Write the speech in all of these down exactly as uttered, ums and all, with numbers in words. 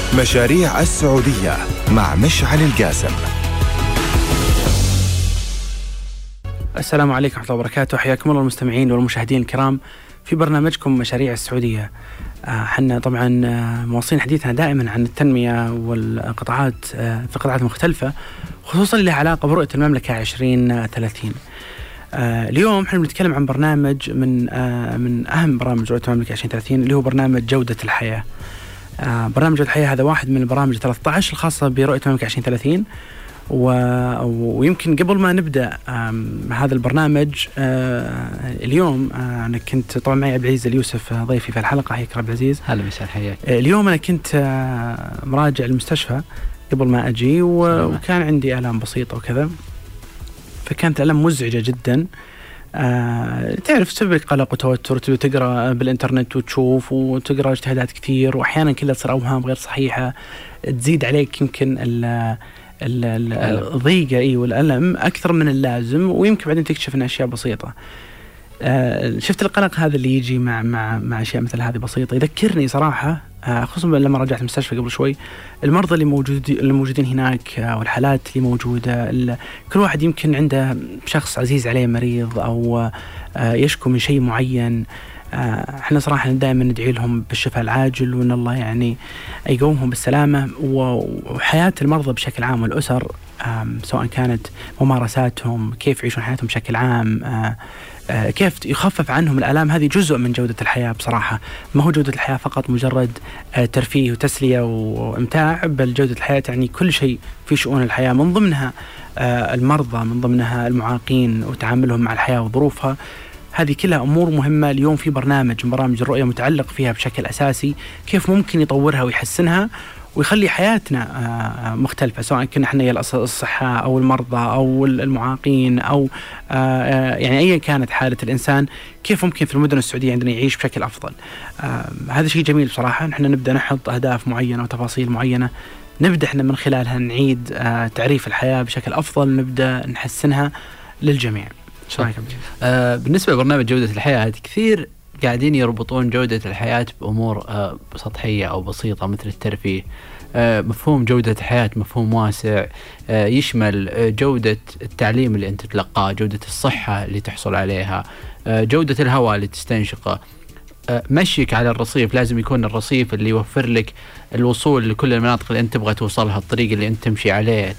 مشاريع السعودية مع مشعل القاسم. السلام عليكم ورحمة الله وبركاته، حياكم الله المستمعين والمشاهدين الكرام في برنامجكم مشاريع السعودية. حنا طبعا مواصلين حديثنا دائما عن التنمية والقطاعات في قطاعات مختلفة، خصوصا اللي لها علاقة برؤية المملكة عشرين ثلاثين. اليوم احنا بنتكلم عن برنامج من من أهم برامج رؤية المملكة عشرين ثلاثين اللي هو برنامج جودة الحياة. برنامج جودة الحياة هذا واحد من البرامج ثلاثة عشر الخاصة برؤية المملكة عشرين ثلاثين. و... ويمكن قبل ما نبدأ هذا البرنامج اليوم أنا كنت طبعا معي عبد العزيز اليوسف ضيفي في الحلقة. حياك عبد العزيز. هلا مساء حياك. اليوم أنا كنت مراجع المستشفى قبل ما أجي و... وكان عندي آلام بسيطة وكذا، فكانت آلام مزعجة جدا. آه، تعرف تسبب قلق وتوتر، تبي تقرأ بالإنترنت وتشوف وتقرأ اجتهادات كثير، وأحيانا كلها تصير أوهام غير صحيحة تزيد عليك يمكن ال الضيقة إيه والألم أكثر من اللازم، ويمكن بعدين تكتشف أن أشياء بسيطة. آه شفت القلق هذا اللي يجي مع مع مع أشياء مثل هذه بسيطة يذكرني صراحة، آه خصوصا لما رجعت المستشفى قبل شوي، المرضى اللي موجودين اللي موجودين هناك آه والحالات اللي موجودة، كل واحد يمكن عنده شخص عزيز عليه مريض أو آه يشكو من شيء معين. احنا صراحة دائما ندعي لهم بالشفاء العاجل، وان الله يعني يقومهم بالسلامة، وحياة المرضى بشكل عام والأسر سواء كانت ممارساتهم، كيف يعيشون حياتهم بشكل عام، كيف يخفف عنهم الآلام. هذه جزء من جودة الحياة بصراحة. ما هو جودة الحياة فقط مجرد ترفيه وتسلية وامتاع، بل جودة الحياة يعني كل شيء في شؤون الحياة، من ضمنها المرضى، من ضمنها المعاقين وتعاملهم مع الحياة وظروفها. هذه كلها أمور مهمة. اليوم في برنامج من برامج الرؤية متعلق فيها بشكل أساسي كيف ممكن يطورها ويحسنها ويخلي حياتنا مختلفة، سواء كنا احنا الصحة أو المرضى أو المعاقين أو يعني أيا كانت حالة الإنسان، كيف ممكن في المدن السعودية عندنا يعيش بشكل أفضل. هذا شيء جميل بصراحة. نحن نبدأ نحط أهداف معينة وتفاصيل معينة، نبدأ احنا من خلالها نعيد تعريف الحياة بشكل أفضل، نبدأ نحسنها للجميع. آه بالنسبة لبرنامج جودة الحياة، كثير قاعدين يربطون جودة الحياة بأمور آه سطحية أو بسيطة مثل الترفيه. آه مفهوم جودة الحياة مفهوم واسع، آه يشمل آه جودة التعليم اللي أنت تلقاه، جودة الصحة اللي تحصل عليها، آه جودة الهواء اللي تستنشقه، مشيك على الرصيف. لازم يكون الرصيف اللي يوفر لك الوصول لكل المناطق اللي أنت تبغى توصلها، الطريق اللي أنت تمشي عليه،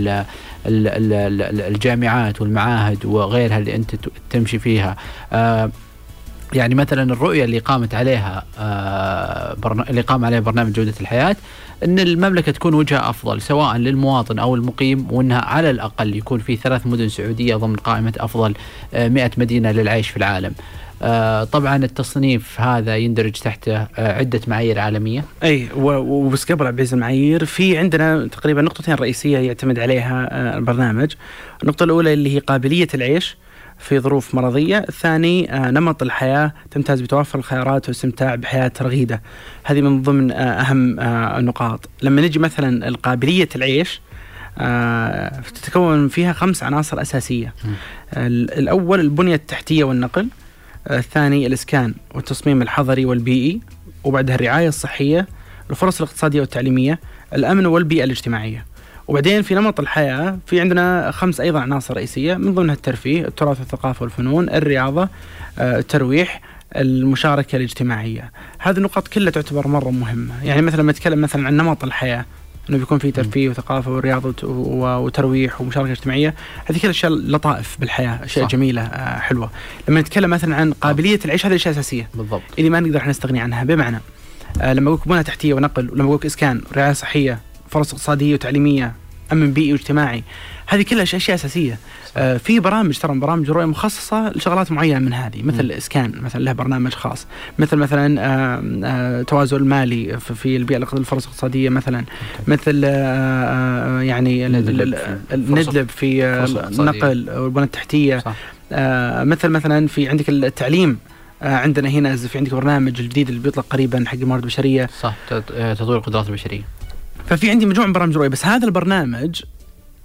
الجامعات والمعاهد وغيرها اللي أنت تمشي فيها. يعني مثلا الرؤية اللي قامت عليها اللي قام عليها برنامج جودة الحياة، أن المملكة تكون وجهة أفضل سواء للمواطن أو المقيم، وأنها على الأقل يكون في ثلاث مدن سعودية ضمن قائمة أفضل مئة مدينة للعيش في العالم. آه طبعا التصنيف هذا يندرج تحته آه عدة معايير عالمية. أي وبس قبل عبيز المعايير، في عندنا تقريبا نقطتين رئيسية يعتمد عليها آه البرنامج. النقطة الأولى اللي هي قابلية العيش في ظروف مرضية، الثاني آه نمط الحياة تمتاز بتوفر الخيارات والاستمتاع بحياة رغيدة. هذه من ضمن آه أهم آه النقاط. لما نجي مثلا القابلية العيش آه تتكون فيها خمس عناصر أساسية. آه الأول البنية التحتية والنقل، الثاني الإسكان والتصميم الحضري والبيئي، وبعدها الرعاية الصحية، الفرص الاقتصادية والتعليمية، الأمن والبيئة الاجتماعية. وبعدين في نمط الحياة في عندنا خمس أيضا عناصر رئيسية، من ضمنها الترفيه، التراث والثقافة والفنون، الرياضة، الترويح، المشاركة الاجتماعية. هذه النقاط كلها تعتبر مرة مهمة. يعني مثلا لما نتكلم مثلا عن نمط الحياة، انه بيكون في ترفيه وثقافه ورياضه وترويح ومشاركه اجتماعيه، هذه كلها اشياء لطائف بالحياه، اشياء صح. جميله حلوه. لما نتكلم مثلا عن قابليه العيش، هذه اشياء اساسيه بالضبط اللي ما نقدر نستغني عنها. بمعنى لما اقول بنى تحتيه ونقل، ولما اقول اسكان، رعايه صحيه، فرص اقتصاديه وتعليميه، امن بيئي واجتماعي، هذه كلها اشياء اساسيه. آه في برامج ترى برامج رؤيه مخصصه لشغلات معينه من هذه، مثل الاسكان مثلا له برنامج خاص، مثل مثلا آه آه توازن المالي في البيئه الاقتصاديه، الفرص الاقتصاديه مثلا، مثل آه يعني ندلب في النقل والبنى التحتيه، آه مثل مثلا في عندك التعليم. آه عندنا هنا في عندك برنامج الجديد اللي بيطلق قريبا حق الموارد البشريه، صح، تطوير القدرات البشريه. ففي عندي مجموعة من برامج رؤية. بس هذا البرنامج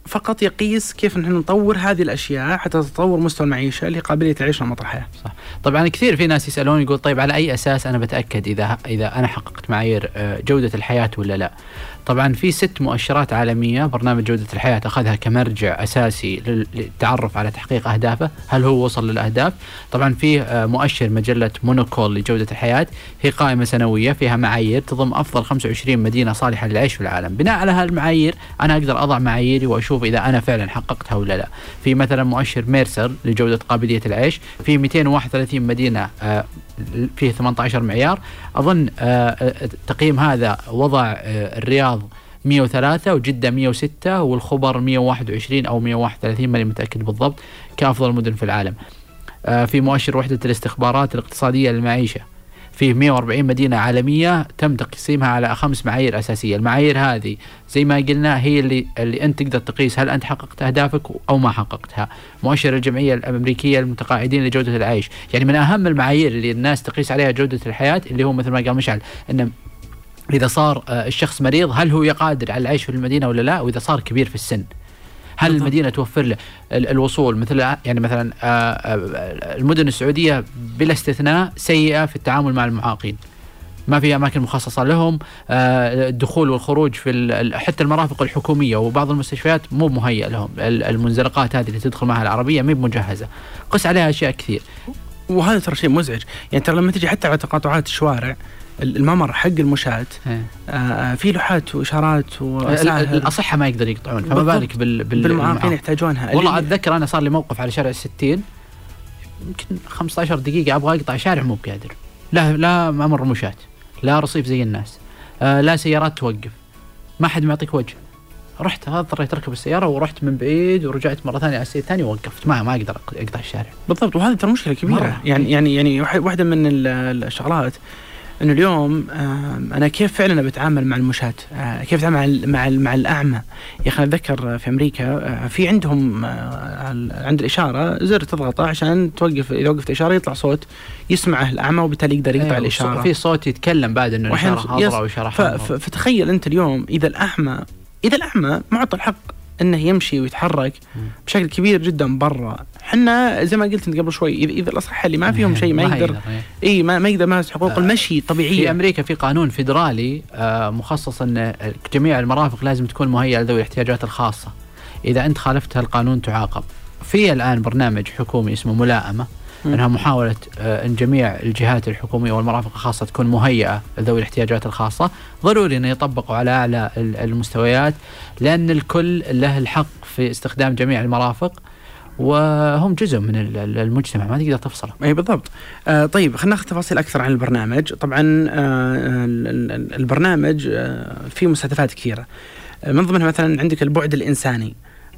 فقط يقيس كيف نحن نطور هذه الأشياء حتى تطور مستوى المعيشة اللي قابلية العيش ونمط الحياة. صح. طبعا كثير في ناس يسألون يقول طيب على أي أساس أنا بتأكد إذا إذا أنا حققت معايير جودة الحياة ولا لا؟ طبعا في ست مؤشرات عالمية برنامج جودة الحياة أخذها كمرجع أساسي للتعرف على تحقيق أهدافه، هل هو وصل للأهداف؟ طبعا في مؤشر مجلة مونوكول لجودة الحياة، هي قائمة سنوية فيها معايير تضم أفضل خمسة وعشرين مدينة صالحة للعيش في العالم. بناء على هالمعايير أنا أقدر أضع معاييري وأشوف إذا أنا فعلا حققتها ولا لا. في مثلا مؤشر ميرسر لجودة قابلية العيش، في مئتين وواحد وثلاثين مدينة فيه ثمانية عشر معيار. أظن تقييم هذا وضع الرياض مئة وثلاثة وجدة مئة وستة والخبر مئة وواحد وعشرين أو مئة وواحد وثلاثين ماني متأكد بالضبط كأفضل مدن في العالم. في مؤشر وحدة الاستخبارات الاقتصادية للمعيشة فيه مئة وأربعين مدينة عالمية تم تقسيمها على خمس معايير أساسية. المعايير هذه زي ما قلنا هي اللي, اللي أنت تقدر تقيس هل أنت حققت أهدافك أو ما حققتها. مؤشر الجمعية الأمريكية المتقاعدين لجودة العيش، يعني من أهم المعايير اللي الناس تقيس عليها جودة الحياة اللي هو مثل ما قال مشعل إن إذا صار الشخص مريض هل هو يقادر على العيش في المدينة ولا لا، وإذا صار كبير في السن هل المدينة توفر له الوصول. مثل يعني مثلا المدن السعودية بلا استثناء سيئة في التعامل مع المعاقين، ما في أماكن مخصصة لهم، الدخول والخروج في حتى المرافق الحكومية وبعض المستشفيات مو مهيئة لهم، المنزلقات هذه اللي تدخل معها العربية مو مجهزة، قس عليها أشياء كثير. وهذا ترى شيء مزعج، يعني ترى لما تجي حتى على تقاطعات الشوارع الممر حق المشاة آه في لوحات وإشارات وساهر. الأصحة ما يقدر يقطعون، فما بالك بال بال بالمعاقين يحتاجونها. والله أتذكر أنا صار لي موقف على شارع الستين يمكن خمسة عشر دقيقة أبغى أقطع شارع مو بقادر، لا لا ممر مشاة، لا رصيف زي الناس، آه لا سيارات توقف، ما حد معطيك وجه. رحت اضطريت اركب السياره ورحت من بعيد ورجعت مره ثانيه على السير الثاني ووقفت، ما ما اقدر اقطع الشارع. بالضبط، وهذه ترى مشكله كبيره. يعني يعني يعني واحده من الشغلات انه اليوم انا كيف فعلا بتعامل مع المشاة، كيف اتعامل مع مع مع الاعمى. يا اخي اتذكر في امريكا في عندهم عند الاشاره زر تضغطه عشان توقف، اذا وقفت اشاره يطلع صوت يسمعه الاعمى وبالتالي يقدر يقطع الاشاره، في صوت يتكلم بعد انه الاشاره حاضره او اشاره حاضره. فتخيل انت اليوم اذا الاعمى اذا الاعمى معطى الحق انه يمشي ويتحرك بشكل كبير جدا برا، حنا زي ما قلت انت قبل شوي اذا اذا الاصحاء اللي ما فيهم شيء ما يقدر اي ما ما يقدر يمارس حقوق المشي طبيعيه. في امريكا في قانون فيدرالي مخصص ان جميع المرافق لازم تكون مهيئه لذوي الاحتياجات الخاصه، اذا انت خالفت هالقانون تعاقب. في الان برنامج حكومي اسمه ملائمه، انها محاوله ان جميع الجهات الحكوميه والمرافق الخاصه تكون مهيئه لذوي الاحتياجات الخاصه. ضروري ان يطبقوا على اعلى المستويات لان الكل له الحق في استخدام جميع المرافق وهم جزء من المجتمع ما تقدر تفصله. اي بالضبط. آه طيب خلينا ناخذ تفاصيل اكثر عن البرنامج. طبعا آه البرنامج آه فيه مستهدفات كثيره، من ضمنها مثلا عندك البعد الانساني.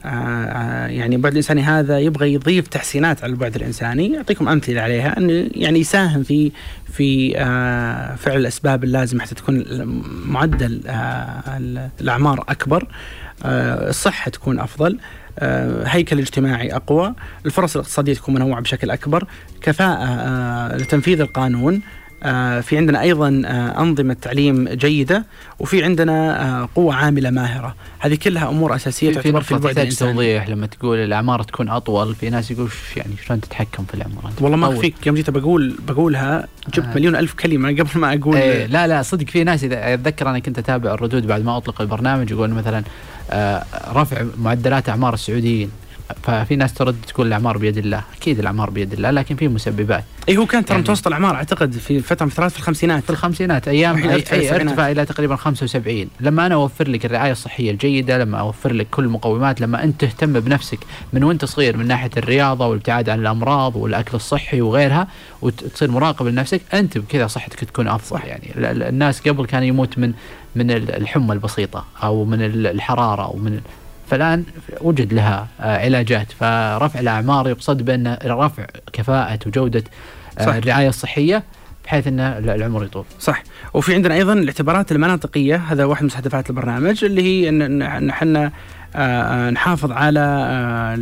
آه يعني البعد الإنساني هذا يبغى يضيف تحسينات على البعد الإنساني. أعطيكم أمثلة عليها، أنه يعني يساهم في في آه فعل الأسباب اللازمة حتى تكون معدل آه الأعمار أكبر، آه الصحة تكون أفضل، آه هيكل اجتماعي أقوى، الفرص الاقتصادية تكون منوعة بشكل أكبر، كفاءة آه لتنفيذ القانون، آه في عندنا أيضا آه أنظمة تعليم جيدة، وفي عندنا آه قوة عاملة ماهرة. هذه كلها أمور أساسية تعتبر في البعد الإنساني. توضيح لما تقول الأعمار تكون أطول، في ناس يقول يعني شلون تتحكم في الأعمار؟ والله ما فيك، يوم جيت بقول بقولها جبت آه. مليون ألف كلمة قبل ما أقول. ايه لا لا صدق في ناس، إذا أتذكر أنا كنت أتابع الردود بعد ما أطلق البرنامج يقول مثلا آه رفع معدلات أعمار السعوديين، ففي ناس ترد تقول الأعمار بيد الله. أكيد الأعمار بيد الله، لكن في مسببات. أي هو كان ترى يعني متوسط الأعمار أعتقد في فترة من فترات في الخمسينات في الخمسينات أيام أي, أي ارتفاع إلى تقريبا خمسة وسبعين. لما أنا أوفر لك الرعاية الصحية الجيدة، لما أوفر لك كل المقومات، لما أنت تهتم بنفسك من وأنت صغير من ناحية الرياضة والابتعاد عن الأمراض والأكل الصحي وغيرها، وتصير مراقب لنفسك، أنت بكذا صحتك تكون أفضل. يعني الناس قبل كان يموت من من الحمى البسيطة أو من الحرارة أو من، فالآن وجد لها علاجات. فرفع الأعمار يقصد بأن رفع كفاءة وجودة الرعاية الصحية بحيث أن العمر يطول. صح. وفي عندنا أيضا الاعتبارات المناطقية، هذا واحد من مستهدفات البرنامج، اللي هي أن نحن نحافظ على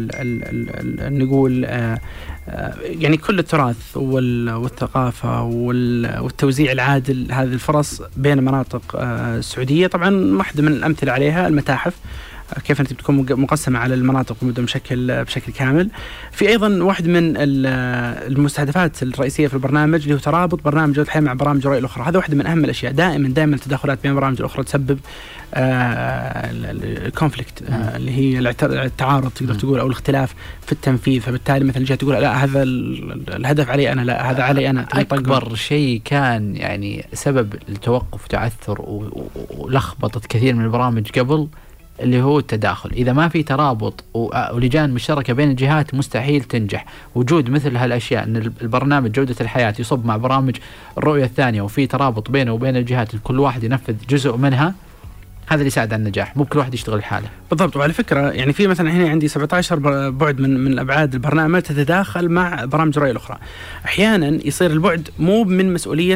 نقول يعني كل التراث والثقافة والتوزيع العادل هذه الفرص بين مناطق السعودية. طبعا واحدة من الأمثلة عليها المتاحف. كيف أنت بتكون مقسمة على المناطق والمدن بشكل بشكل كامل. في أيضا واحد من المستهدفات الرئيسية في البرنامج اللي هو ترابط برنامج جودة الحياة مع برامج الرؤية الأخرى. هذا واحدة من أهم الأشياء. دائما دائما التداخلات بين برامج الأخرى تسبب الكونفليكت آه اللي هي التعارض تقدر تقول أو الاختلاف في التنفيذ. فبالتالي مثلا جهة تقول لا هذا الهدف علي أنا، لا هذا علي أنا. أكبر شيء كان يعني سبب التوقف وتعثر ولخبطة كثير من البرامج قبل اللي هو التداخل. إذا ما في ترابط ولجان مشتركة بين الجهات مستحيل تنجح. وجود مثل هالأشياء أن البرنامج جودة الحياة يصب مع برامج الرؤية الثانية وفي ترابط بينه وبين الجهات كل واحد ينفذ جزء منها، هذا اللي يساعد على النجاح، مو كل واحد يشتغل لحاله. بالضبط. وعلى فكرة يعني في مثلا هنا عندي سبعة عشر بعد من من الأبعاد البرنامج تتداخل مع برامج الرؤية الأخرى. أحيانا يصير البعد مو من مسؤولية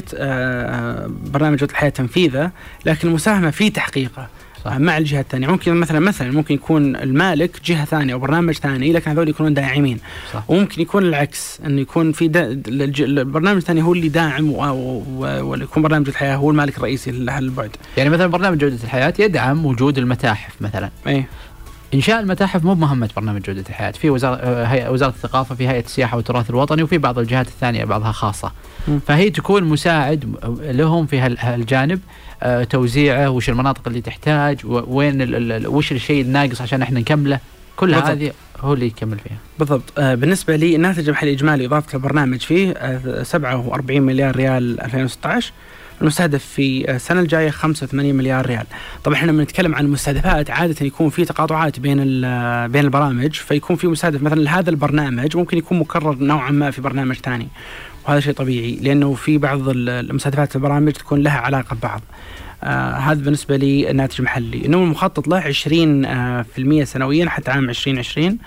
برنامج جودة الحياة تنفيذه، لكن المساهمة في تحقيقه مع الجهة الثانية. ممكن مثلا مثلا ممكن يكون المالك جهة ثانية أو برنامج ثاني، لكن هذول يكونون داعمين. صح. وممكن يكون العكس، إنه يكون في البرنامج الثاني هو اللي داعم ويكون برنامج الحياة هو المالك الرئيسي لهالبعد. يعني مثلا برنامج جودة الحياة يدعم وجود المتاحف مثلا. أيه. إنشاء المتاحف مو بمهمة برنامج جودة الحياة، في وزارة هيئة وزارة الثقافة، في هيئة السياحة والتراث الوطني، وفي بعض الجهات الثانية بعضها خاصة. م. فهي تكون مساعد لهم في هالجانب، آه توزيعه، وش المناطق اللي تحتاج، وين وش الشيء الناقص عشان احنا نكمله، كل هذه هو اللي يكمل فيها. بالضبط. آه بالنسبة لي الناتج المحلي الإجمالي إضافة البرنامج فيه آه سبعة وأربعين مليار ريال ألفين وستة عشر، المستهدف في السنة الجاية خمسة وثمانين مليار ريال. طبعا احنا بنتكلم عن المستهدفات، عادة يكون في تقاطعات بين بين البرامج، فيكون في مستهدف مثلا لهذا البرنامج ممكن يكون مكرر نوعا ما في برنامج ثاني، وهذا شيء طبيعي لأنه في بعض المستهدفات البرامج تكون لها علاقة ببعض. آه هذا بالنسبة لي الناتج المحلي. النمو المخطط له عشرين في المية سنويا حتى عام عشرين عشرين،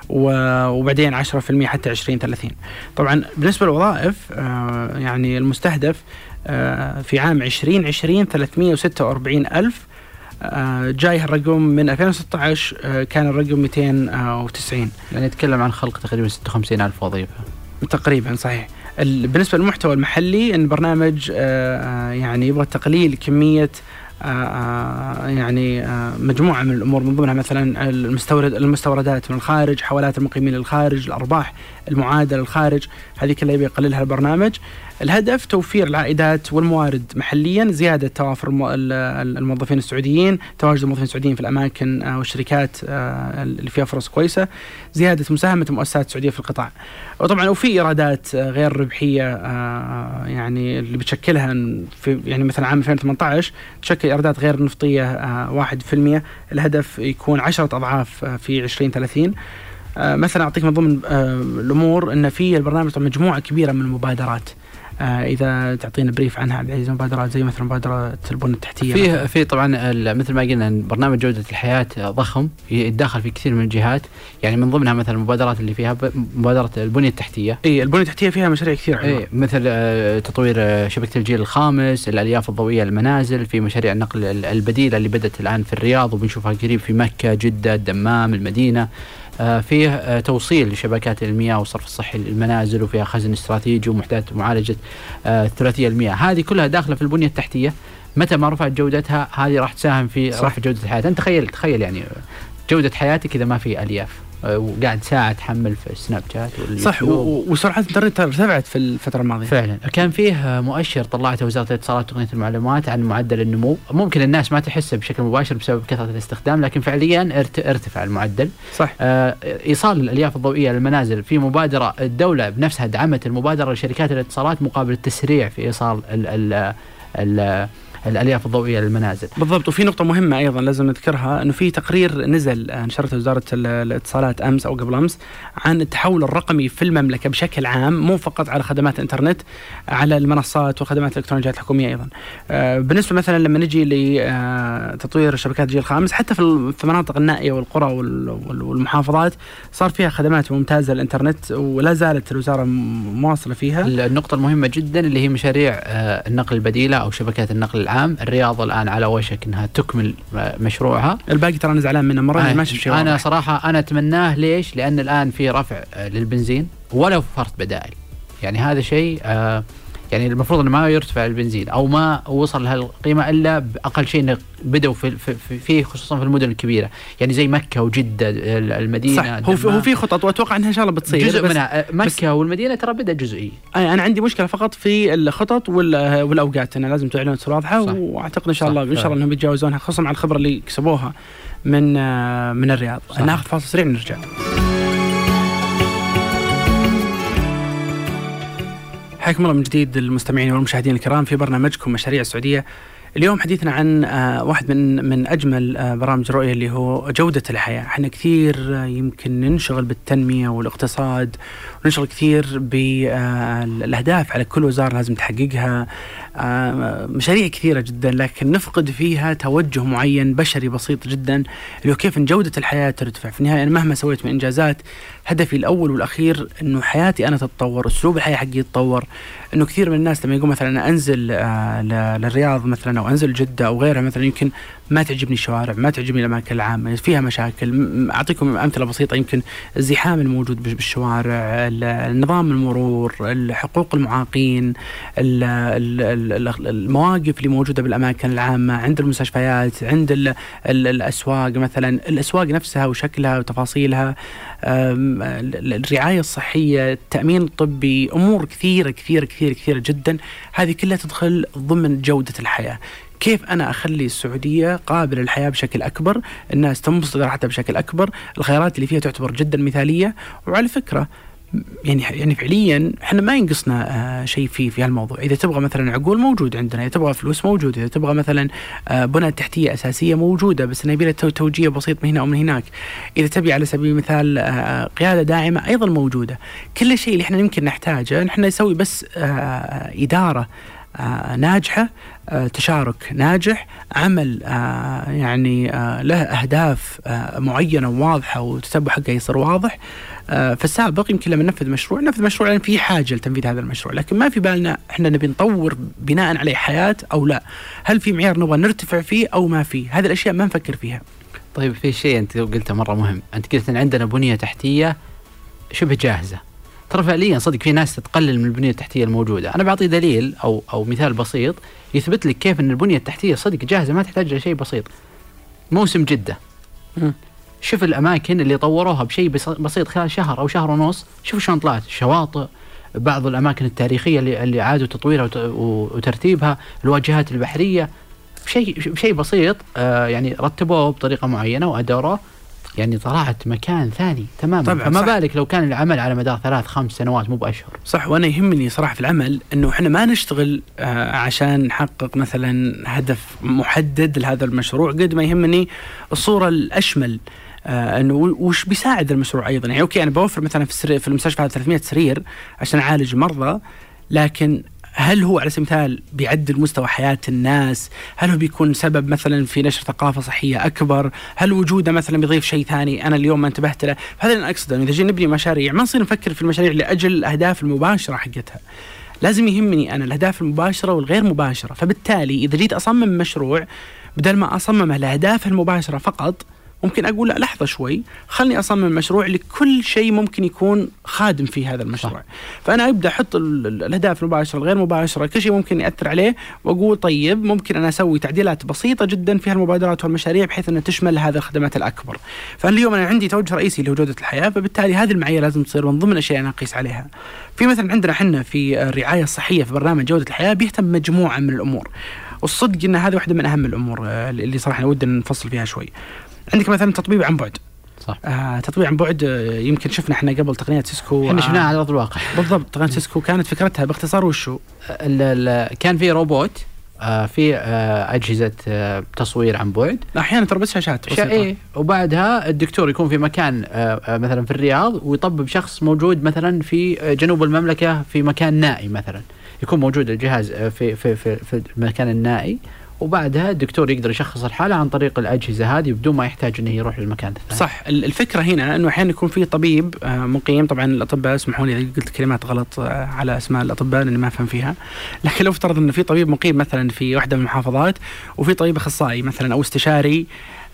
وبعدين عشرة في المية حتى عشرين ثلاثين. طبعا بالنسبة للوظائف آه يعني المستهدف آه في عام عشرين عشرين ثلاثمية وستة وأربعين ألف، آه جاي الرقم من ألفين وستة عشر آه كان الرقم مئتين وتسعين. يعني نتكلم عن خلق تقريبا ستة وخمسين ألف وظيفة تقريبا. صحيح. بالنسبة للمحتوى المحلي، أن برنامج آه يعني يبغى تقليل كمية آه يعني آه مجموعة من الأمور، من ضمنها مثلا المستورد المستوردات من الخارج، حوالات المقيمين للخارج، الأرباح المعادلة للخارج، هذه كلها يبي يقللها البرنامج. الهدف توفير العائدات والموارد محليا، زيادة توافر الموظفين السعوديين، تواجد الموظفين السعوديين في الأماكن والشركات اللي فيها فرص كويسة، زيادة مساهمة المؤسسات السعودية في القطاع. وطبعا وفي إيرادات غير ربحية يعني اللي بتشكلها في يعني مثلا عام ألفين وثمانية عشر تشكل إيرادات غير نفطية واحد في المية، الهدف يكون عشرة أضعاف في عشرين ثلاثين. مثلا أعطيك من ضمن الأمور أن في البرنامج مجموعة كبيرة من المبادرات، آه إذا تعطينا بريف عنها عبد العزيز. مبادرات زي مثلا مبادرة البنى التحتية، في في طبعا مثل ما قلنا برنامج جودة الحياة ضخم يتداخل في كثير من الجهات، يعني من ضمنها مثلا المبادرات اللي فيها مبادرة البنية التحتية. اي البنية التحتية فيها مشاريع كثير حلوة، إيه مثل آه تطوير آه شبكة الجيل الخامس، الألياف الضوئية للمنازل، في مشاريع النقل البديلة اللي بدأت الآن في الرياض وبنشوفها قريب في مكة، جدة، الدمام، المدينة. آه فيه آه توصيل لشبكات المياه والصرف الصحي للمنازل، وفيها خزن استراتيجي ومحدات معالجة آه ثلاثية المياه. هذه كلها داخلة في البنية التحتية، متى ما رفعت جودتها هذه راح تساهم في رفع جودة الحياة. أنت تخيل تخيل يعني جودة حياتك إذا ما في ألياف، وقاعد ساعة تحمل في سناب شات صح، وسرعة الانترنت ارتفعت في الفترة الماضية فعلا. كان فيه مؤشر طلعته وزارة الاتصالات وتقنية المعلومات عن معدل النمو، ممكن الناس ما تحسه بشكل مباشر بسبب كثرة الاستخدام، لكن فعليا ارتفع المعدل. صح. آه إيصال الألياف الضوئية للمنازل، في مبادرة الدولة بنفسها دعمت المبادرة لشركات الاتصالات مقابل التسريع في إيصال ال ال ال الألياف الضوئية للمنازل. بالضبط. وفي نقطة مهمة أيضا لازم نذكرها، أنه في تقرير نزل نشرته وزارة الاتصالات أمس أو قبل أمس عن التحول الرقمي في المملكة بشكل عام، مو فقط على خدمات الإنترنت، على المنصات وخدمات الإلكترونية الحكومية أيضا. آه بالنسبة مثلا لما نجي لتطوير شبكات الجيل الخامس، حتى في المناطق النائية والقرى والمحافظات صار فيها خدمات ممتازة للإنترنت، ولا زالت الوزارة مواصلة فيها. النقطة المهمة جدا اللي هي مشاريع آه النقل البديلة أو شبكات النقل العام. الرياض الآن على وشك أنها تكمل مشروعها، الباقي ترى أنا زعلان منه مرة. ما شفت شيء. أنا واضح. صراحة أنا أتمناه. ليش؟ لأن الآن في رفع للبنزين ولو فرط بدائل، يعني هذا شيء آه يعني المفروض انه ما يرتفع البنزين او ما وصل لهالقيمه الا باقل شيء بدأوا في في في خصوصا في المدن الكبيره، يعني زي مكه وجده المدينه. صح، هو في هو في خطط واتوقع انها ان شاء الله بتصير جزء منها. مكه والمدينه ترى بدأ جزئي. انا عندي مشكله فقط في الخطط والاوقات، انها لازم تعلن واضحه، واعتقد ان شاء الله ان شاء الله انهم يتجاوزونها، خصوصا مع الخبره اللي كسبوها من من الرياض. ناخذ فاصل سريع ونرجع. حياكم الله من جديد المستمعين والمشاهدين الكرام في برنامجكم مشاريع السعودية. اليوم حديثنا عن واحد من من أجمل برامج الرؤية اللي هو جودة الحياة. احنا كثير يمكن ننشغل بالتنمية والاقتصاد، وننشغل كثير بالأهداف على كل وزارة لازم تحققها، مشاريع كثيرة جدا، لكن نفقد فيها توجه معين بشري بسيط جدا اللي هو كيف ان جودة الحياة ترتفع. في النهاية أنا مهما سويت من إنجازات، هدفي الأول والأخير إنه حياتي أنا تتطور، أسلوب الحياة حقي يتطور. إنه كثير من الناس لما يقول مثلا أنا أنزل للرياض مثلا أو أنزل جدة أو غيرها، مثلا يمكن ما تعجبني الشوارع، ما تعجبني الأماكن العامة، فيها مشاكل. أعطيكم أمثلة بسيطة، يمكن الزحام الموجود بالشوارع، النظام المرور، الحقوق المعاقين، المواقف اللي موجودة بالأماكن العامة، عند المستشفيات، عند ال ال الأسواق مثلا، الأسواق نفسها وشكلها وتفاصيلها، الرعاية الصحية، التأمين الطبي، أمور كثيرة كثيرة كثيرة كثيرة جدا. هذه كلها تدخل ضمن جودة الحياة. كيف أنا أخلي السعودية قابلة للحياة بشكل أكبر، الناس تنبسط راحتها بشكل أكبر، الخيارات اللي فيها تعتبر جدا مثالية. وعلى فكرة يعني يعني فعليا احنا ما ينقصنا آه شيء في في هالموضوع. اذا تبغى مثلا عقول موجود عندنا، اذا تبغى فلوس موجود، اذا تبغى مثلا آه بنى تحتيه اساسيه موجوده، بس نبي له توجيه بسيط من هنا او من هناك. اذا تبي على سبيل المثال آه قياده داعمه ايضا موجوده. كل شيء اللي احنا يمكن نحتاجه نحن نسوي بس آه اداره آه ناجحه، آه تشارك ناجح، عمل آه يعني آه له اهداف آه معينه وواضحه، وتتبع حقه يصير واضح. آه في السابق يمكن لما ننفذ مشروع ننفذ مشروع لأن في حاجه لتنفيذ هذا المشروع، لكن ما في بالنا احنا نبي نطور بناء عليه حياه او لا، هل في معيار نبغى نرتفع فيه او ما فيه. هذه الاشياء ما نفكر فيها. طيب في شيء انت قلته مره مهم، انت قلت ان عندنا بنيه تحتيه شبه جاهزه. ترى فعليا صدق في ناس تتقلل من البنية التحتية الموجودة. أنا بعطي دليل أو أو مثال بسيط يثبت لك كيف أن البنية التحتية صدق جاهزة، ما تحتاج لشيء بسيط. موسم جدة، م. شوف الأماكن اللي طوروها بشيء بسيط خلال شهر أو شهر ونص، شوف شلون طلعت. الشواطئ، بعض الأماكن التاريخية اللي اللي عادوا تطويرها وترتيبها، الواجهات البحرية، بشيء بشيء بسيط آه يعني رتبوه بطريقة معينة وأداروه، يعني طلعت مكان ثاني تماما. طبعا فما بالك لو كان العمل على مدار ثلاث خمس سنوات مو بأشهر. صح. وأنا يهمني صراحة في العمل أنه إحنا ما نشتغل آه عشان نحقق مثلا هدف محدد لهذا المشروع، قد ما يهمني الصورة الأشمل، آه انه وش بيساعد المشروع ايضا. يعني اوكي انا بوفر مثلا في في المستشفى ثلاثمئة سرير عشان اعالج المرضى، لكن هل هو على سبيل المثال بيعدل مستوى حياة الناس؟ هل هو بيكون سبب مثلا في نشر ثقافة صحية أكبر؟ هل وجوده مثلا بيضيف شيء ثاني أنا اليوم ما انتبهت له؟ هذا اللي أنا أقصده. إذا جينا نبني مشاريع ما نصير نفكر في المشاريع لأجل الأهداف المباشرة حقتها، لازم يهمني أنا الأهداف المباشرة والغير مباشرة. فبالتالي إذا جيت أصمم مشروع بدل ما أصممه لأهدافه المباشرة فقط، ممكن أقول لا لحظة شوي، خلني أصمم مشروع لكل شيء ممكن يكون خادم في هذا المشروع. صح. فأنا أبدأ أحط الأهداف المباشرة الغير مباشرة، كل شيء ممكن يأثر عليه، وأقول طيب ممكن أنا أسوي تعديلات بسيطة جدا في هالمبادرات والمشاريع بحيث أن تشمل هذه الخدمات الأكبر. فاليوم أنا عندي توجه رئيسي اللي هو جودة الحياة، فبالتالي هذه المعايير لازم تصير من ضمن الأشياء أنا أقيس عليها. في مثلا عندنا حنا في الرعاية الصحية في برنامج جودة الحياة بيهتم بمجموعة من الأمور، والصدق أن هذه واحدة من أهم الأمور اللي صراحة ودنا نفصل فيها شوي. عندك مثلا تطبيب عن بعد. صح. آه تطبيق عن بعد آه يمكن شفنا احنا قبل تقنية سيسكو، احنا شفناها آه على ارض الواقع. بالضبط. تقنية سيسكو كانت فكرتها باختصار وشو؟ كان في روبوت، آه في آه اجهزة آه تصوير عن بعد، احيانا ترى بس شاشات بسيطة. ايه، وبعدها الدكتور يكون في مكان آه مثلا في الرياض، ويطبب شخص موجود مثلا في جنوب المملكة في مكان نائي مثلا، يكون موجود الجهاز في في في, في المكان النائي، وبعدها الدكتور يقدر يشخص الحالة عن طريق الأجهزة هذه بدون ما يحتاج أنه يروح للمكان الثاني. صح. الفكرة هنا أنه أحيانا يكون في طبيب مقيم، طبعا الأطباء اسمحوا لي إذا قلت كلمات غلط على أسماء الأطباء لأني ما أفهم فيها، لكن لو افترض أنه في طبيب مقيم مثلا في واحدة من المحافظات، وفي طبيب أخصائي مثلا أو استشاري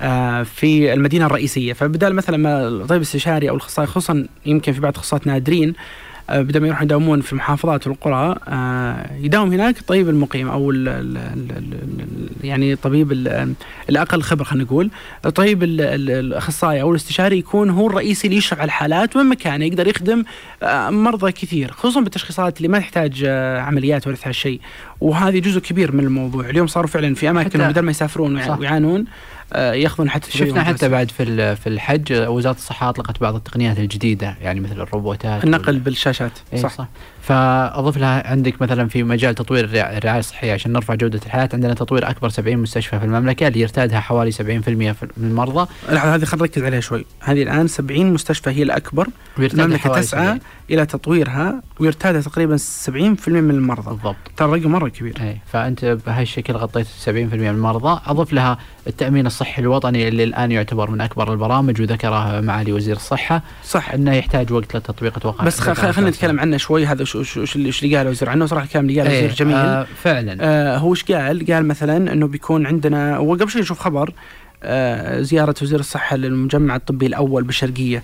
في المدينة الرئيسية، فبدال مثلا ما الطبيب الاستشاري أو الأخصائي، خصوصا يمكن في بعض التخصصات نادرين، بدل ما يروحون يداومون في المحافظات والقرى يداوم هناك الطبيب المقيم أو ال ال ال يعني الطبيب الأقل خبرة، خلينا نقول الطبيب الأخصائي أو الاستشاري يكون هو الرئيسي اللي يشرف على الحالات ومن مكانه يقدر يخدم مرضى كثير، خصوصا بالتشخيصات اللي ما تحتاج عمليات ولا تحتاج شيء. وهذه جزء كبير من الموضوع. اليوم صاروا فعلا في أماكن بدل ما يسافرون ويعانون ياخذون حتى شفنا حتى بعد في في الحج وزارة الصحة أطلقت بعض التقنيات الجديدة يعني مثل الروبوتات النقل بالشاشات. صح. صح. فأضف لها عندك مثلا في مجال تطوير الرعاية الصحية عشان نرفع جودة الحياة عندنا تطوير أكبر سبعين مستشفى في المملكة اللي يرتادها حوالي سبعين بالمئة من المرضى. لا هذه خلينا نركز عليها شوي. هذه الآن سبعين مستشفى هي الأكبر، المملكة تسعى سبعين. إلى تطويرها ويرتادها تقريبا سبعين بالمئة من المرضى. بالضبط. ترى رقم مرة كبير. أي. فأنت بهالشكل غطيت سبعين بالمئة من المرضى. أضف لها التأمين الصحي الوطني اللي الآن يعتبر من أكبر البرامج وذكره معالي وزير الصحة. صح. إنه يحتاج وقت للتطبيق أتوقع. بس خلينا نتكلم عنه شوي. هذا شو شو شو اللي قاله وزير عنه صراحة الكلام اللي قاله وزير جميل. آه فعلا. آه هو إيش قال؟ قال مثلا إنه بيكون عندنا وقبل شوي نشوف خبر آه زيارة وزير الصحة للمجمع الطبي الأول بالشرقية.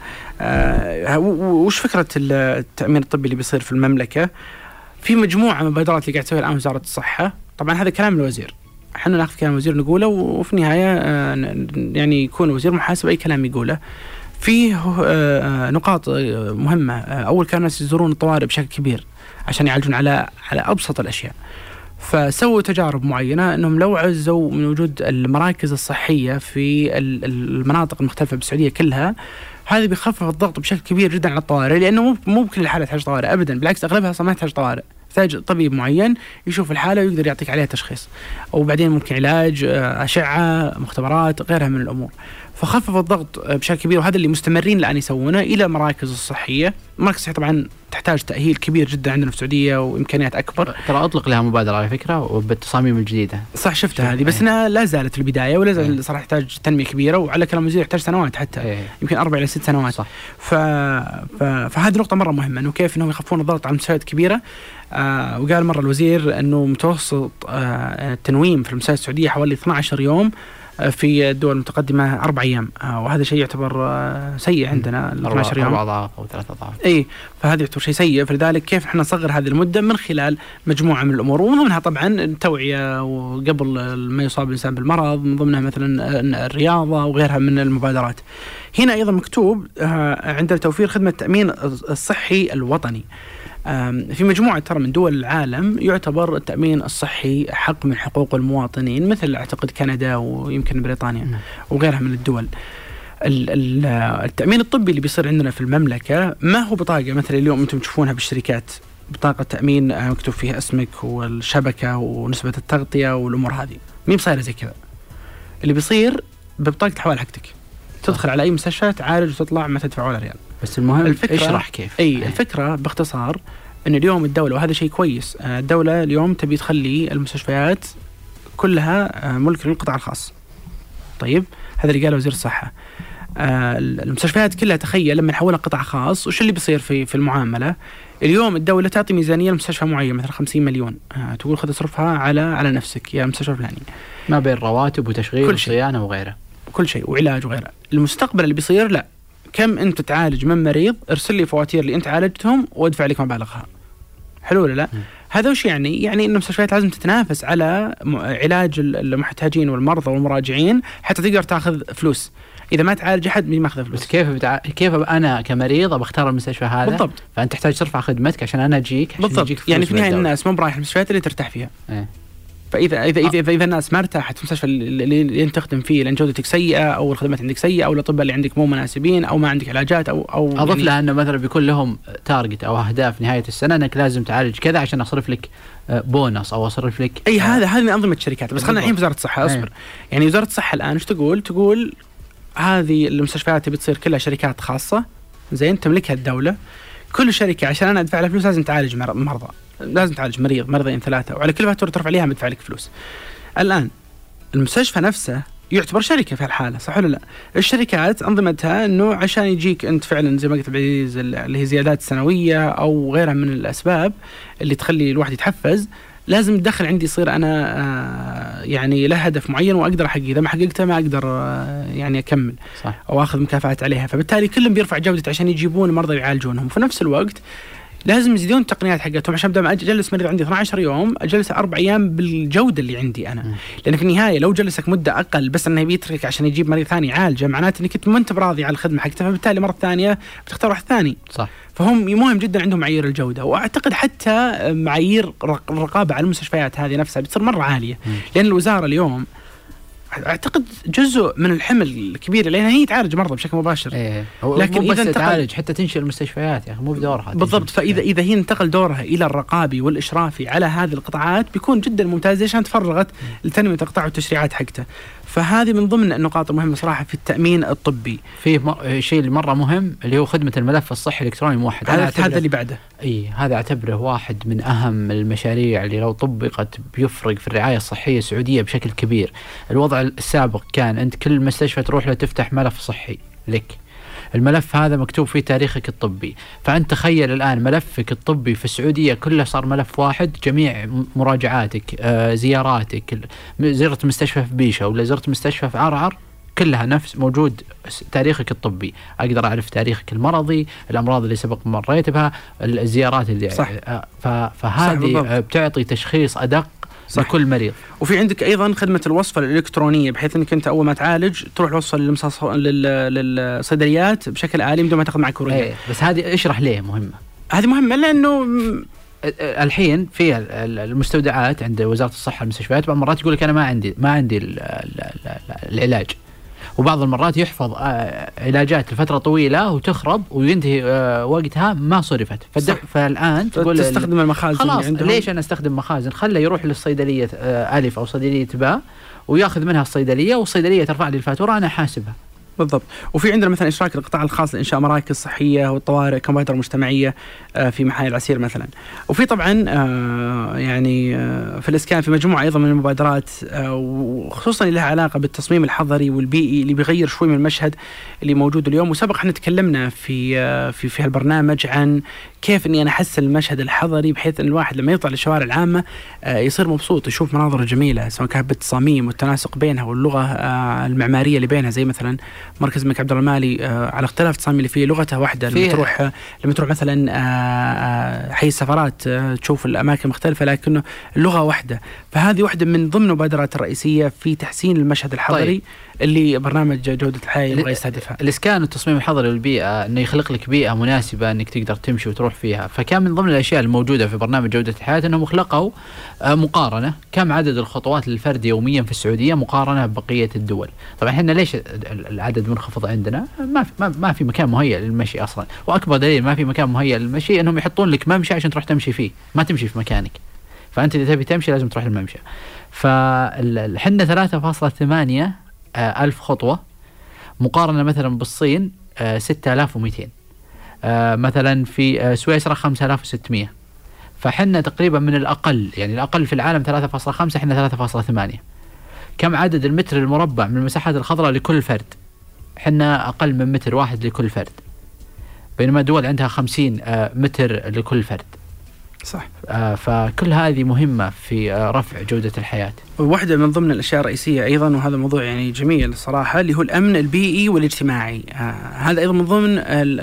آه وش فكرة التأمين الطبي اللي بيصير في المملكة؟ في مجموعة من المبادرات اللي قاعد تسويها الآن وزارة الصحة. طبعا هذا كلام الوزير، احنا ناخذ كلام الوزير نقوله وفي النهاية يعني يكون الوزير محاسب أي كلام يقوله. فيه نقاط مهمة. أول كان الناس يزورون الطوارئ بشكل كبير عشان يعالجون على على أبسط الأشياء، فسووا تجارب معينة أنهم لو عزوا من وجود المراكز الصحية في المناطق المختلفة بالسعودية كلها، هذا بيخفف الضغط بشكل كبير جدا على الطوارئ، لأنه مو مو بكل الحالات تحتاج طوارئ أبدا، بالعكس أغلبها أصلا ما تحتاج طوارئ، تحتاج طبيب معين يشوف الحالة ويقدر يعطيك عليها تشخيص، أو بعدين ممكن علاج، أشعة، مختبرات، غيرها من الأمور. فخفف الضغط بشكل كبير، وهذا اللي مستمرين الآن يسوونه إلى المراكز الصحية. المراكز الصحية طبعا تحتاج تأهيل كبير جدا عندنا في السعودية وإمكانيات أكبر. ترى أطلق لها مبادرة على فكرة وبالتصاميم الجديدة. صح شفتها هذه، بس إنها لا زالت البداية ولا زال صراحة تحتاج تنمية كبيرة، وعلى كلام الوزير يحتاج سنوات حتى ايه. يمكن أربع إلى ست سنوات. صح. ف... ف... فهذه نقطة مرة مهمة، إنه كيف إنهم يخفون الضغط على المستشفيات الكبيرة. آه وقال مرة الوزير إنه متوسط آه التنويم في المستشفيات السعودية حوالي اثنا عشر يوم، في الدول المتقدمة أربع أيام، آه وهذا شيء يعتبر آه سيء عندنا. اثنا عشر يوم أربع أضعاف أو ثلاثة أضعاف. إيه، فهذا يعتبر شيء سيء. فلذلك كيف إحنا نصغر هذه المدة من خلال مجموعة من الأمور، ومن ضمنها طبعا التوعية وقبل ما يصاب الإنسان بالمرض، من ضمنها مثلا الرياضة وغيرها من المبادرات. هنا أيضا مكتوب آه عندنا توفير خدمة التأمين الصحي الوطني. في مجموعة ترى من دول العالم يعتبر التأمين الصحي حق من حقوق المواطنين، مثل أعتقد كندا ويمكن بريطانيا وغيرها من الدول. التأمين الطبي اللي بيصير عندنا في المملكة ما هو بطاقة مثل اليوم أنتم تشوفونها بالشركات، بطاقة تأمين مكتوب فيها اسمك والشبكة ونسبة التغطية والأمور هذه، مين بصير زي كذا. اللي بيصير ببطاقة حوال حقتك، تدخل على أي مستشفى تعالج وتطلع ما تدفع ولا ريال. بس المهم اشرح كيف. أي الفكرة باختصار أن اليوم الدولة، وهذا شيء كويس، الدولة اليوم تبي تخلي المستشفيات كلها ملك للقطاع الخاص. طيب هذا اللي قاله وزير الصحة. المستشفيات كلها تخيل لما نحولها قطاع خاص وش اللي بيصير في في المعاملة. اليوم الدولة تعطي ميزانية لمستشفى معين مثلا خمسين مليون، تقول خذ اصرفها على على نفسك يا مستشفى فلاني، ما بين رواتب وتشغيل وصيانة وغيره، كل شيء وعلاج وغيره. المستقبل اللي بيصير لا، كم أنت تعالج من مريض، ارسل لي فواتير اللي أنت عالجتهم وادفع لك مبالغها. حلو ولا لا؟ م. هذا وش يعني؟ يعني إن المستشفيات لازم تتنافس على علاج المحتاجين والمرضى والمراجعين حتى تقدر تأخذ فلوس. إذا ما تعالج أحد ما يأخذ فلوس. بس كيف بتع... كيف أنا كمريض بختار المستشفى هذا؟ بالضبط. فأنت تحتاج ترفع خدمتك عشان أنا أجيك. عشان بالضبط. يعني في النهاية الناس مو برايح المستشفيات اللي ترتاح فيها. ايه. فإذا إذا إذا, إذا, إذا الناس ما ارتاحت في المستشفى اللي أنت تخدم فيه لأن جودتك سيئة أو الخدمات عندك سيئة أو الأطباء اللي عندك مو مناسبين أو ما عندك علاجات أو أو أضف يعني لها أنه مثلا بيكون لهم تارجت أو أهداف نهاية السنة أنك لازم تعالج كذا عشان أصرف لك بونص أو أصرف لك أي هذا هذه من أنظمة الشركات. بس خلينا الحين في وزارة الصحة أصبر. يعني وزارة الصحة الآن إيش تقول؟ تقول هذه المستشفيات بتصير كلها شركات خاصة زين تملكها الدولة. كل شركة عشان أنا أدفع لها فلوس لازم تعالج مرضى، لازم تعالج مريض مرضين ثلاثة، وعلى كل فاتورة ترفع عليها بدفع لك فلوس. الآن المستشفى نفسه يعتبر شركة في الحالة، صح ولا لا؟ الشركات أنظمتها إنه عشان يجيك أنت فعلا زي ما قلت بعزيز اللي هي زيادات سنوية أو غيرها من الأسباب اللي تخلي الواحد يتحفز، لازم تدخل عندي يصير أنا آه يعني له هدف معين وأقدر أحققه، إذا ما حققته ما أقدر آه يعني أكمل. صح. أو أخذ مكافآت عليها. فبالتالي كلهم بيرفع جودة عشان يجيبون مرضى يعالجونهم. في نفس الوقت لازم يزيدون التقنيات حقتهم عشان بدل ما اجلس مريض عندي اثنا عشر يوم اجلس اربع ايام بالجوده اللي عندي انا. م. لان في النهايه لو جلسك مده اقل بس انه بيترك عشان يجيب مريض ثاني يعالجه، معناته انك انت ما انت براضي على الخدمه حقته، فبالتالي مره ثانيه بتختار واحد ثاني. صح. فهم مهم جدا عندهم معايير الجوده، واعتقد حتى معايير الرقابه على المستشفيات هذه نفسها بتصير مره عاليه. م. لان الوزاره اليوم اعتقد جزء من الحمل الكبير لان هي تعالج مرضى بشكل مباشر. إيه. لكن اذا تعالج حتى تنشئ المستشفيات يا اخي، مو بدورها بالضبط. فاذا اذا هي انتقل دورها الى الرقابي والاشرافي على هذه القطاعات بيكون جدا ممتاز عشان تفرغت لتنميه القطاع والتشريعات حقته. فهذه من ضمن النقاط المهمه صراحه في التامين الطبي. في مر... شيء اللي مره مهم اللي هو خدمه الملف الصحي الالكتروني الموحد. هذا هذا اللي بعده. اي هذا اعتبره واحد من اهم المشاريع اللي لو طبقت بيفرق في الرعايه الصحيه السعوديه بشكل كبير. الوضع السابق كان انت كل مستشفى تروح له تفتح ملف صحي لك، الملف هذا مكتوب فيه تاريخك الطبي، فأنت تخيل الآن ملفك الطبي في السعودية كله صار ملف واحد، جميع مراجعاتك، آه، زياراتك، زرت مستشفى في بيشة ولا زرت مستشفى في عرعر كلها نفس موجود تاريخك الطبي. أقدر أعرف تاريخك المرضي، الأمراض اللي سبق مريت بها، الزيارات اللي صح. آه فهذه بتعطي تشخيص أدق صح. لكل مريض. وفي عندك أيضا خدمة الوصفة الإلكترونية بحيث أنك أنت أول ما تعالج تروح الوصفة للصيدليات بشكل آلي بدون ما تاخذ معك ورقة. ايه بس هذه اشرح ليه مهمة. هذه مهمة لأنه الحين في المستودعات عند وزارة الصحة المستشفيات بعض المرات يقول لك أنا ما عندي ما عندي ال ال العلاج، وبعض المرات يحفظ علاجات لفترة طويلة وتخرب وينتهي وقتها ما صرفت. فالآن تقول تستخدم المخازن خلاص ليش أنا أستخدم مخازن؟ خله يروح للصيدلية ألف أو صيدلية باء ويأخذ منها الصيدلية والصيدلية ترفع لي الفاتورة أنا حاسبها. بالضبط. وفي عندنا مثلا إشراك القطاع الخاص لإنشاء مراكز صحية والطوارئ كمبادرة مجتمعية في محايا العسير مثلا. وفي طبعا يعني في الإسكان في مجموعة أيضا من المبادرات وخصوصا اللي لها علاقة بالتصميم الحضري والبيئي اللي بيغير شوي من المشهد اللي موجود اليوم. وسبق احنا تكلمنا في في في هالبرنامج عن كيف اني انا احسن المشهد الحضري بحيث ان الواحد لما يطلع للشوارع العامه يصير مبسوط يشوف مناظر جميله سواء كانت بالتصاميم والتناسق بينها واللغه المعماريه اللي بينها، زي مثلا مركز الملك عبد الله المالي على اختلاف التصاميم اللي فيه لغته واحده. لما تروح لما تروح مثلا حي السفارات تشوف الاماكن مختلفه لكنه اللغه واحده. فهذه واحده من ضمن المبادرات الرئيسيه في تحسين المشهد الحضري. طيب. اللي برنامج جودة الحياة يبغى يستهدفها. الإسكان والتصميم الحضري للبيئة إنه يخلق لك بيئة مناسبة إنك تقدر تمشي وتروح فيها. فكان من ضمن الأشياء الموجودة في برنامج جودة الحياة إنهم خلقوا مقارنة كم عدد الخطوات للفرد يوميا في السعودية مقارنة ببقية الدول. طبعا إحنا ليش العدد منخفض عندنا؟ ما في ما, ما في مكان مهيأ للمشي أصلا، وأكبر دليل ما في مكان مهيأ للمشي إنهم يحطون لك ممشى عشان تروح تمشي فيه، ما تمشي في مكانك. فأنت إذا تبي تمشي لازم تروح الممشى. فالحنا ثلاثة فاصلة ثمانية ألف خطوة مقارنة مثلا بالصين ستة آلاف ومئتين، مثلا في سويسرا خمسة آلاف وستمئة. فحنا تقريبا من الأقل، يعني الأقل في العالم ثلاثة فاصلة خمسة، حنا ثلاثة فاصلة ثمانية. كم عدد المتر المربع من المساحات الخضراء لكل فرد؟ حنا أقل من متر واحد لكل فرد، بينما دول عندها خمسين متر لكل فرد. صح. آه فكل هذه مهمة في آه رفع جودة الحياة. واحدة من ضمن الأشياء الرئيسية أيضا، وهذا موضوع يعني جميل الصراحة، اللي هو الأمن البيئي والاجتماعي. آه هذا أيضا من ضمن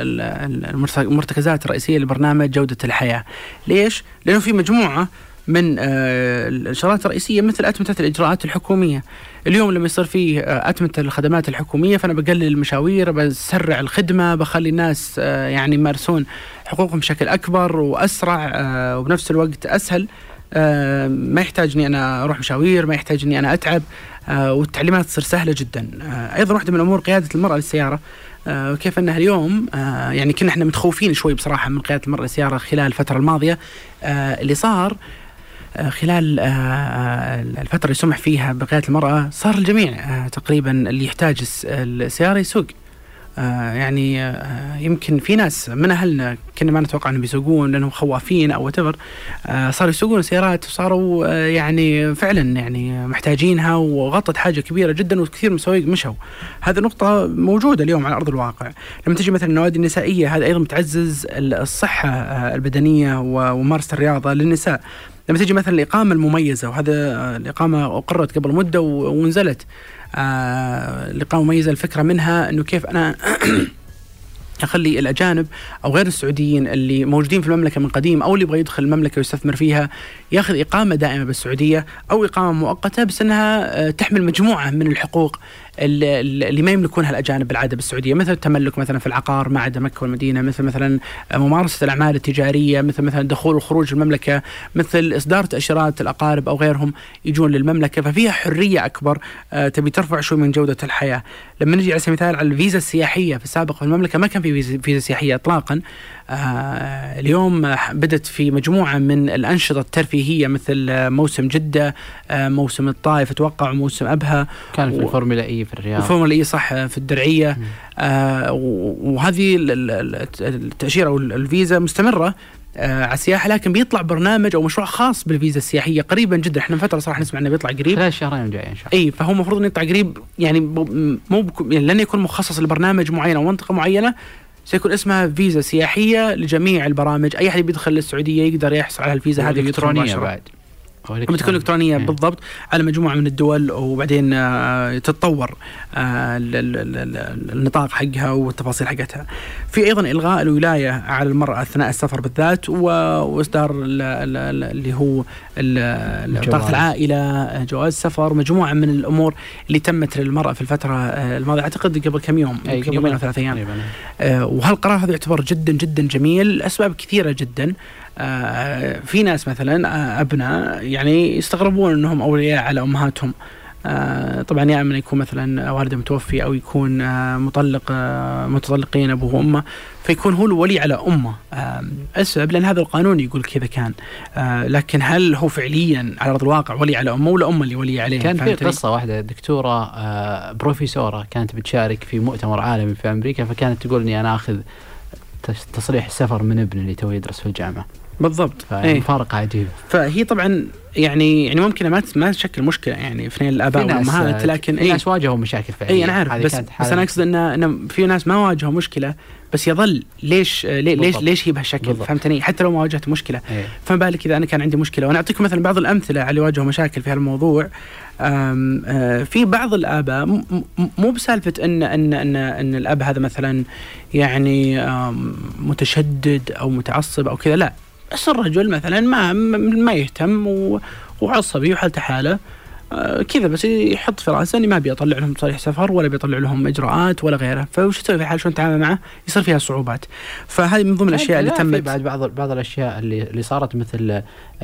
المرتكزات الرئيسية لبرنامج جودة الحياة. ليش؟ لأنه في مجموعة من آه الإشارات الرئيسية مثل أتمتة الإجراءات الحكومية. اليوم لما يصير فيه آه أتمتة الخدمات الحكومية فأنا بقلل المشاوير، بسرع الخدمة، بخلي الناس آه يعني يمارسون حقوقهم بشكل أكبر وأسرع آه وبنفس الوقت أسهل. آه ما يحتاجني أنا أروح مشاوير، ما يحتاجني أنا أتعب، آه والتعليمات تصير سهلة جدا. آه أيضا واحدة من الأمور قيادة المرأة للسيارة، آه وكيف أنها اليوم آه يعني كنا احنا متخوفين شوي بصراحة من قيادة المرأة للسيارة خلال الفترة الماضية. آه اللي صار خلال الفترة اللي سمح فيها بقيادة المرأة صار الجميع تقريبا اللي يحتاج السيارة يسوق. يعني يمكن في ناس من أهلنا كنا ما نتوقع أنهم بيسوقون لأنهم خوافين أو whatever، صاروا يسوقون سيارات وصاروا يعني فعلا يعني محتاجينها، وغطت حاجة كبيرة جدا وكثير من السواق مشوا. هذه نقطة موجودة اليوم على أرض الواقع. لما تجي مثلا النوادي النسائية، هذا أيضا بتعزز الصحة البدنية وممارسة الرياضة للنساء. لما تيجي مثلا الإقامة المميزة، وهذا الإقامة أقرت قبل مدة ونزلت، آه الإقامة مميزة، الفكرة منها أنه كيف أنا يخلي الأجانب أو غير السعوديين اللي موجودين في المملكة من قديم أو اللي يبغى يدخل المملكة ويستثمر فيها ياخذ إقامة دائمة بالسعودية أو إقامة مؤقتة، بس أنها تحمل مجموعة من الحقوق اللي ما يملكونها الأجانب بالعادة بالسعودية، مثل التملك مثلا في العقار ما عدا مكة والمدينة، مثل مثلا ممارسة الأعمال التجارية، مثل مثلا دخول وخروج المملكة، مثل إصدار تأشيرات الأقارب أو غيرهم يجون للمملكة، ففيها حرية أكبر. آه تبي ترفع شوي من جودة الحياة. لما نجي على سبيل المثال على الفيزا السياحية، في السابق في المملكة ما كان في فيزا سياحية إطلاقا. آه اليوم بدت في مجموعة من الأنشطة الترفيهية مثل موسم جدة، آه موسم الطائف أتوقع، وموسم أبها، كان في الفورمولا إي في الرياض، الفورمولا إي صح في الدرعية. آه وهذه التأشيرة أو الفيزا مستمرة آه على السياحة، لكن بيطلع برنامج أو مشروع خاص بالفيزا السياحية قريبا جدا. احنا من فترة صراحة نسمع انه بيطلع قريب خلال الشهرين الجايين ان شاء الله. اي فهو المفروض انه يطلع قريب، يعني مو بك... يعني لن يكون مخصص لبرنامج معين او منطقة معينة، سيكون اسمها فيزا سياحية لجميع البرامج. اي احد بيدخل للسعودية يقدر يحصل على الفيزا هذه الكترونية بعد، بتكون إلكترونية إيه. بالضبط على مجموعة من الدول، وبعدين آه تتطور آه النطاق حقها والتفاصيل حقتها. في أيضا إلغاء الولاية على المرأة أثناء السفر بالذات، وإصدار اللي هو بطاقة العائلة، جواز سفر، مجموعة من الأمور اللي تمت للمرأة في الفترة الماضية، أعتقد قبل كم يوم، يمكن يومين أو ثلاثة أيام. آه وهالقرار هذا يعتبر جدا جدا جميل لأسباب كثيرة جدا. آه في ناس مثلا آه أبناء يعني يستغربون أنهم أولياء على أمهاتهم. آه طبعا يا أما يكون مثلا والده متوفي أو يكون آه مطلق آه متطلقين أبوه وأمه، فيكون هو الولي على أمه. آه السبب لأن هذا القانون يقول كذا كان، آه لكن هل هو فعليا على أرض الواقع ولي على أمه ولا أمه اللي ولي عليه؟ كان في قصة واحدة دكتورة آه بروفيسورة كانت بتشارك في مؤتمر عالمي في أمريكا، فكانت تقول إني أنا أخذ تصريح السفر من ابني اللي توي يدرس في الجامعة. بالضبط، فارق عجيب. فهي طبعا يعني يعني ممكن ما ما تشكل مشكله يعني في الاباء والامهات، لكن في ناس واجهوا مشاكل فعليا. اي انا عارف، بس بس انا اقصد ان ان في ناس ما واجهوا مشكله بس يظل ليش ليش بالضبط. ليش هي بهالشكل، فهمتني؟ حتى لو ما واجهت مشكله. فما بالك اذا انا كان عندي مشكله. وانا اعطيكم مثلا بعض الامثله على اللي واجهوا مشاكل في هالموضوع. آم آم في بعض الاباء مو بسالفه ان ان ان ان الاب هذا مثلا يعني متشدد او متعصب او كذا، لا، بس الرجل مثلا ما ما يهتم وعصبي وحالته حاله آه كذا، بس يحط في راسه اني ما بيطلع لهم تصريح سفر ولا بيطلع لهم اجراءات ولا غيره. فوش تسوي في حال شلون تتعامل معه؟ يصير فيها صعوبات. فهذه من ضمن الاشياء اللي تمت. بعد بعض بعض الاشياء اللي اللي صارت مثل ال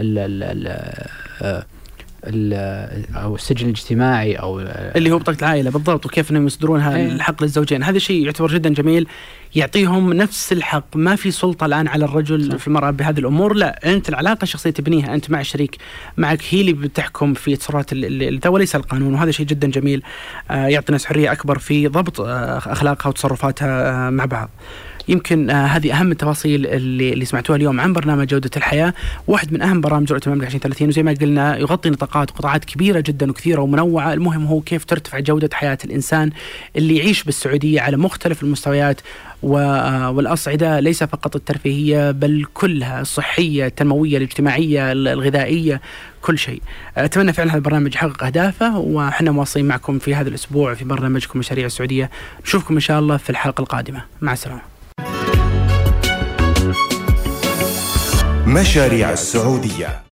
ال أو السجن الاجتماعي أو اللي هو بطاقة العائلة بالضبط، وكيف أنهم يصدرونها أيه. الحق للزوجين. هذا شيء يعتبر جدا جميل، يعطيهم نفس الحق. ما في سلطة الآن على الرجل في المرأة بهذه الأمور، لا، أنت العلاقة الشخصية تبنيها أنت مع الشريك معك، هي اللي بتحكم في تصرفات اللي وليس القانون. وهذا شيء جدا جميل، آه يعطي ناس حرية أكبر في ضبط آه أخلاقها وتصرفاتها آه مع بعض. يمكن آه هذه أهم التفاصيل اللي, اللي سمعتوها اليوم عن برنامج جودة الحياة، واحد من أهم برامج رؤية المملكة عشرين ثلاثين، وزي ما قلنا يغطي نطاقات وقطاعات كبيرة جدا وكثيرة ومنوعة. المهم هو كيف ترتفع جودة حياة الإنسان اللي يعيش بالسعودية على مختلف المستويات والأصعدة، ليس فقط الترفيهية بل كلها، الصحية، التنموية، الاجتماعية، الغذائية، كل شيء. أتمنى فعلا هذا البرنامج يحقق أهدافه، وحنا مواصلين معكم في هذا الأسبوع في برنامجكم مشاريع السعودية. نشوفكم إن شاء الله في الحلقة القادمة، مع السلامة. مشاريع السعودية.